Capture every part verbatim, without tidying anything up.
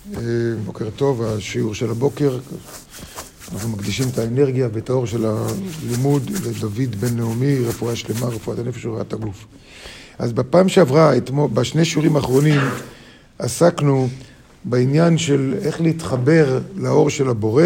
בוקר טוב, השיעור של הבוקר. אנחנו מקדישים את האנרגיה ואת האור של הלימוד לדוד בן נעמי, רפואה שלמה, רפואת הנפש ורפואת הגוף. אז בפעם שעברה, בשני שיעורים האחרונים, עסקנו בעניין של איך להתחבר לאור של הבורא,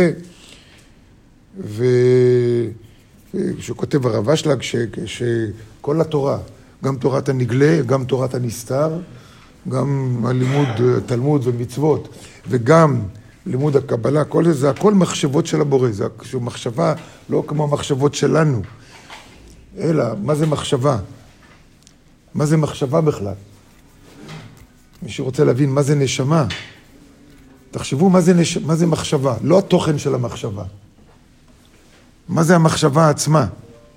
ושכותב הרב אשלג שכל התורה, גם תורת הנגלה, גם תורת הנסתר, גם הלימוד תלמוד ומצוות, וגם לימוד הקבלה, כל זה, זה הכל מחשבות של הבורא, זה מחשבה לא כמו המחשבות שלנו, אלא מה זה מחשבה? מה זה מחשבה בכלל? מי שרוצה להבין מה זה נשמה, תחשבו מה זה, נש... מה זה מחשבה, לא התוכן של המחשבה. מה זה המחשבה עצמה?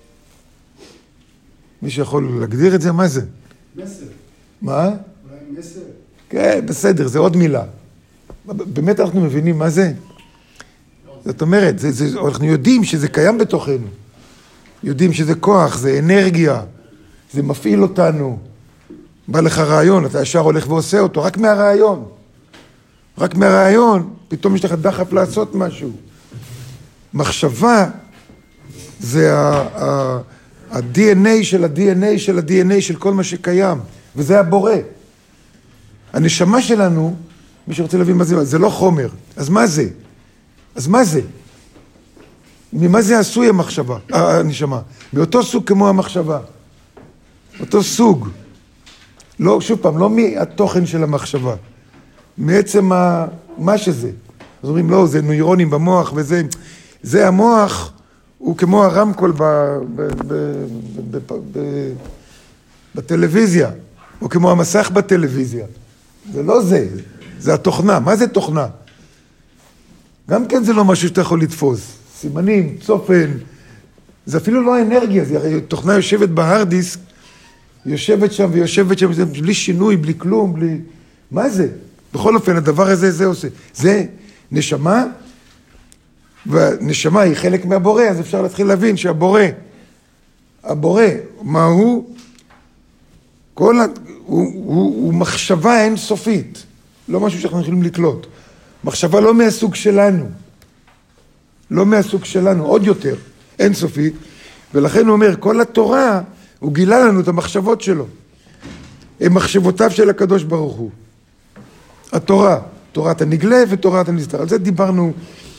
מי שיכול להגדיר את זה, מה זה? מסר. מה? אולי מסר. כן, בסדר, זה עוד מילה. באמת אנחנו מבינים מה זה? זאת אומרת, זה, זה, אנחנו יודעים שזה קיים בתוכנו. יודעים שזה כוח, זה אנרגיה, זה מפעיל אותנו. בא לך רעיון, אתה ישר הולך ועושה אותו, רק מהרעיון. רק מהרעיון, פתאום יש לך דחף לעשות משהו. מחשבה זה ה-די אן איי של ה-די אן איי של ה-די אן איי של כל מה שקיים, וזה הבורא. הנשמה שלנו, מי שרוצה להבין מה זה, זה לא חומר. אז מה זה? אז מה זה? ממה זה עשוי המחשבה, הנשמה? מאותו סוג כמו המחשבה. אותו סוג. לא, שוב פעם, לא מהתוכן של המחשבה. מעצם ה... מה שזה. אז אומרים, לא, זה נוירונים במוח וזה... זה המוח, הוא כמו הרמקול ב... ב... ב... ב... ב... ב... בטלוויזיה. או כמו המסך בטלוויזיה. זה לא זה. זה התוכנה. מה זה תוכנה? גם כן זה לא משהו שאתה יכול לתפוס. סימנים, צופן. זה אפילו לא האנרגיה. זה... תוכנה יושבת בהארד דיסק, יושבת שם ויושבת שם, בלי שינוי, בלי כלום, בלי... מה זה? בכל אופן, הדבר הזה, זה עושה. זה נשמה, והנשמה היא חלק מהבורא, אז אפשר להתחיל להבין שהבורא, הבורא, מה הוא? כל ה... הוא, הוא, הוא מחשבה אינסופית, לא משהו שאנחנו יכולים לקלוט. מחשבה לא מהסוג שלנו, לא מהסוג שלנו, עוד יותר, אינסופית, ולכן הוא אומר, כל התורה, הוא גילה לנו את המחשבות שלו. הם מחשבותיו של הקדוש ברוך הוא. התורה, תורת הנגלה ותורת הנסתר. על זה דיברנו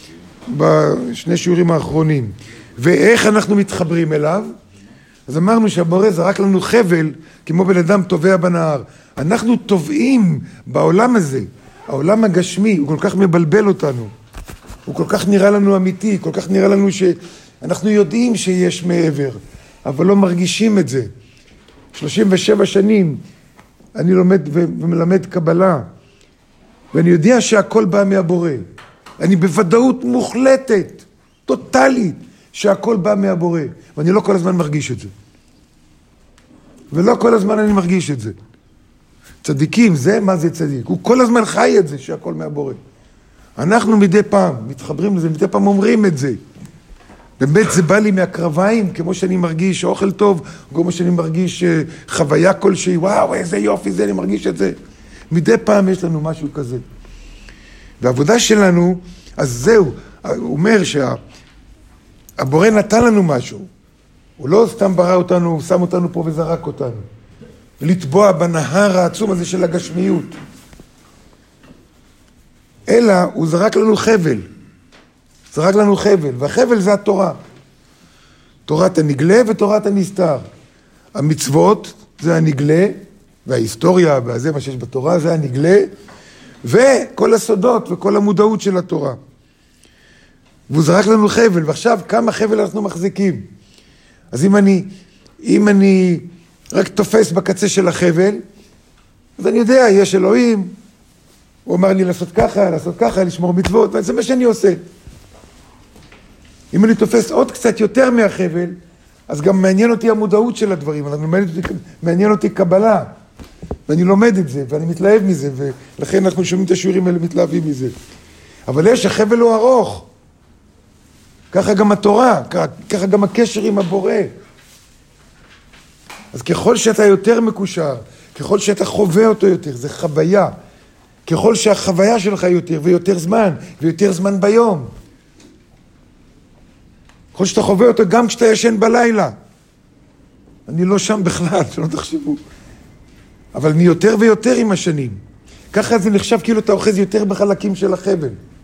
בשני שיעורים האחרונים. ואיך אנחנו מתחברים אליו? אז אמרנו שהבורא זרק לנו חבל, כמו בן אדם טובע בנהר. אנחנו טובעים בעולם הזה. העולם הגשמי, הוא כל כך מבלבל אותנו. הוא כל כך נראה לנו אמיתי, כל כך נראה לנו שאנחנו יודעים שיש מעבר, אבל לא מרגישים את זה. שלושים ושבע שנים אני לומד ומלמד קבלה, ואני יודע שהכל בא מהבורא. אני בוודאות מוחלטת, טוטלית, שהכל בא מהבורא. ואני לא כל הזמן מרגיש את זה. ולא כל הזמן אני מרגיש את זה. צדיקים, זה מה זה צדיק? הוא כל הזמן חי את זה, שהכל מהבורא. אנחנו מדי פעם מתחברים לזה, מדי פעם אומרים את זה. באמת זה בא לי מהקרביים, כמו שאני מרגיש אוכל טוב, כמו שאני מרגיש חוויה כלשהי, וואו, איזה יופי זה, אני מרגיש את זה. מדי פעם יש לנו משהו כזה. והעבודה שלנו, אז זהו, הוא אומר שהבורא נתן לנו משהו. הוא לא סתם ברא אותנו, הוא שם אותנו פה וזרק אותנו. לטבוע בנהר העצום הזה של הגשמיות. אלא הוא זרק לנו חבל. זרק לנו חבל, והחבל זה התורה. תורת הנגלה ותורת הנסתר. המצוות זה הנגלה, וההיסטוריה, וזה מה שיש בתורה, זה הנגלה, וכל הסודות וכל המודעות של התורה. והוא זרק לנו חבל, ועכשיו כמה חבל אנחנו מחזיקים. אז אם אני, אם אני רק תופס בקצה של החבל, אז אני יודע, יש אלוהים, הוא אמר לי לעשות ככה, לעשות ככה, לשמור מצוות, וזה מה שאני עושה. אם אני תופס עוד קצת יותר מהחבל, אז גם מעניין אותי המודעות של הדברים, מעניין אותי, מעניין אותי קבלה, ואני לומד את זה, ואני מתלהב מזה, ולכן אנחנו שומעים את השיעורים האלה, מתלהבים מזה. אבל יש, החבל הוא ארוך. ככה גם התורה, ככה גם הקשר עם הבורא. אז ככל שאתה יותר מקושר, ככל שאתה חווה אותו יותר, זה חוויה. ככל שהחוויה שלך יותר ויותר זמן, ויותר זמן ביום. ככל שאתה חווה אותו גם כשאתה ישן בלילה. אני לא שם בכלל, שלא תחשבו. אבל אני יותר ויותר עם השנים. ככה זה נחשב כאילו אתה אוחז יותר בחלקים של החבל.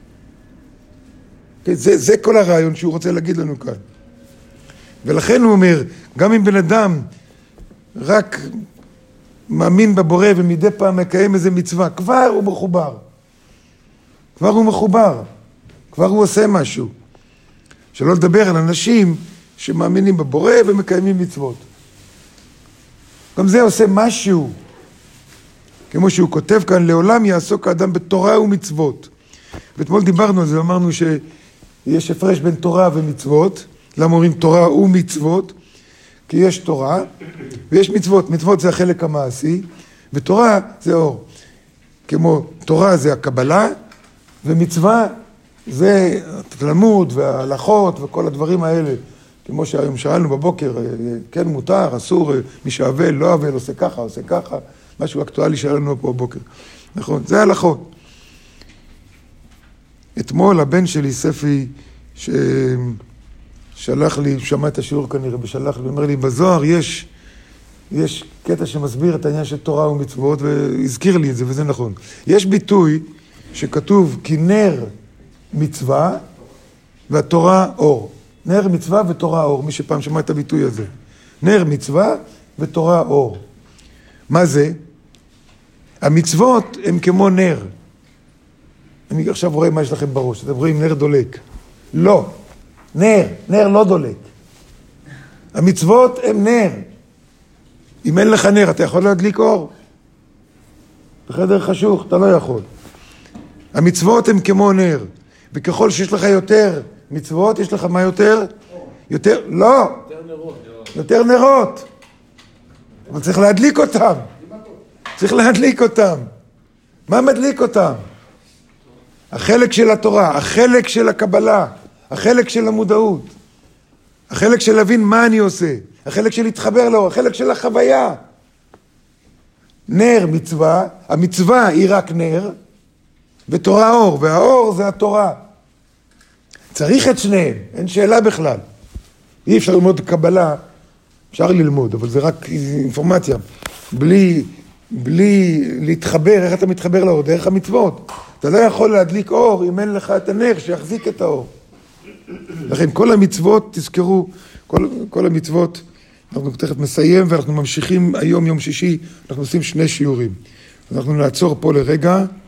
זה, זה כל הרעיון שהוא רוצה להגיד לנו כאן. ולכן הוא אומר, גם אם בן אדם רק מאמין בבורא ומדי פעם מקיים איזה מצווה, כבר הוא מחובר. כבר הוא מחובר. כבר הוא עושה משהו. שלא לדבר על אנשים שמאמינים בבורא ומקיימים מצוות. גם זה עושה משהו. כמו שהוא כותב כאן, לעולם יעסוק האדם בתורה ומצוות. ואתמול דיברנו על זה, אמרנו שיש הפרש בין תורה ומצוות. למה אומרים תורה ומצוות? כי יש תורה ויש מצוות. מצוות זה החלק המעשי, ותורה זה אור. כמו תורה זה הקבלה, ומצווה זה התלמוד וההלכות וכל הדברים האלה. כמו שהיום שאלנו בבוקר, כן מותר, אסור, מי שאבל, לא אבל, עושה ככה, עושה ככה. משהו אקטואלי שאלנו פה בבוקר. נכון, זה ההלכות. אתמול הבן שלי, ספי, ששלח לי, שמע את השיעור כנראה, ושלח לי, אומר לי, בזוהר יש, יש קטע שמסביר את העניין של תורה ומצוות, והזכיר לי את זה, וזה נכון. יש ביטוי שכתוב, כי נר מצווה, והתורה אור. נר מצווה ותורה אור, מי שפעם שמע את הביטוי הזה. נר מצווה ותורה אור. מה זה? המצוות הם כמו נר. אני עכשיו רואה מה יש לכם בראש. אתם רואים נר דולק. לא. נר. נר לא דולק. המצוות הם נר. אם אין לך נר, אתה יכול להדליק אור? בחדר חשוך, אתה לא יכול. המצוות הם כמו נר. וככל שיש לך יותר מצוות, יש לך מה יותר? יותר? לא. יותר נרות. יותר נרות. אבל צריך להדליק אותם. צריך להדליק אותם. מה מדליק אותם? החלק של התורה, החלק של הקבלה, החלק של המודעות, החלק של להבין מה אני עושה, החלק של להתחבר לו, החלק של החוויה. נר מצווה, המצווה היא רק נר, ותורה אור, והאור זה התורה. צריך את שניהם, אין שאלה בכלל. אי אפשר ללמוד קבלה, אפשר ללמוד, אבל זה רק אינפורמציה. בלי, בלי להתחבר, איך אתה מתחבר לאור? דרך המצוות. אתה לא יכול להדליק אור אם אין לך את הנר שיחזיק את האור. לכן כל המצוות, תזכרו, כל, כל המצוות, אנחנו תכף מסיים ואנחנו ממשיכים היום, יום שישי, אנחנו עושים שני שיעורים. אנחנו נעצור פה לרגע.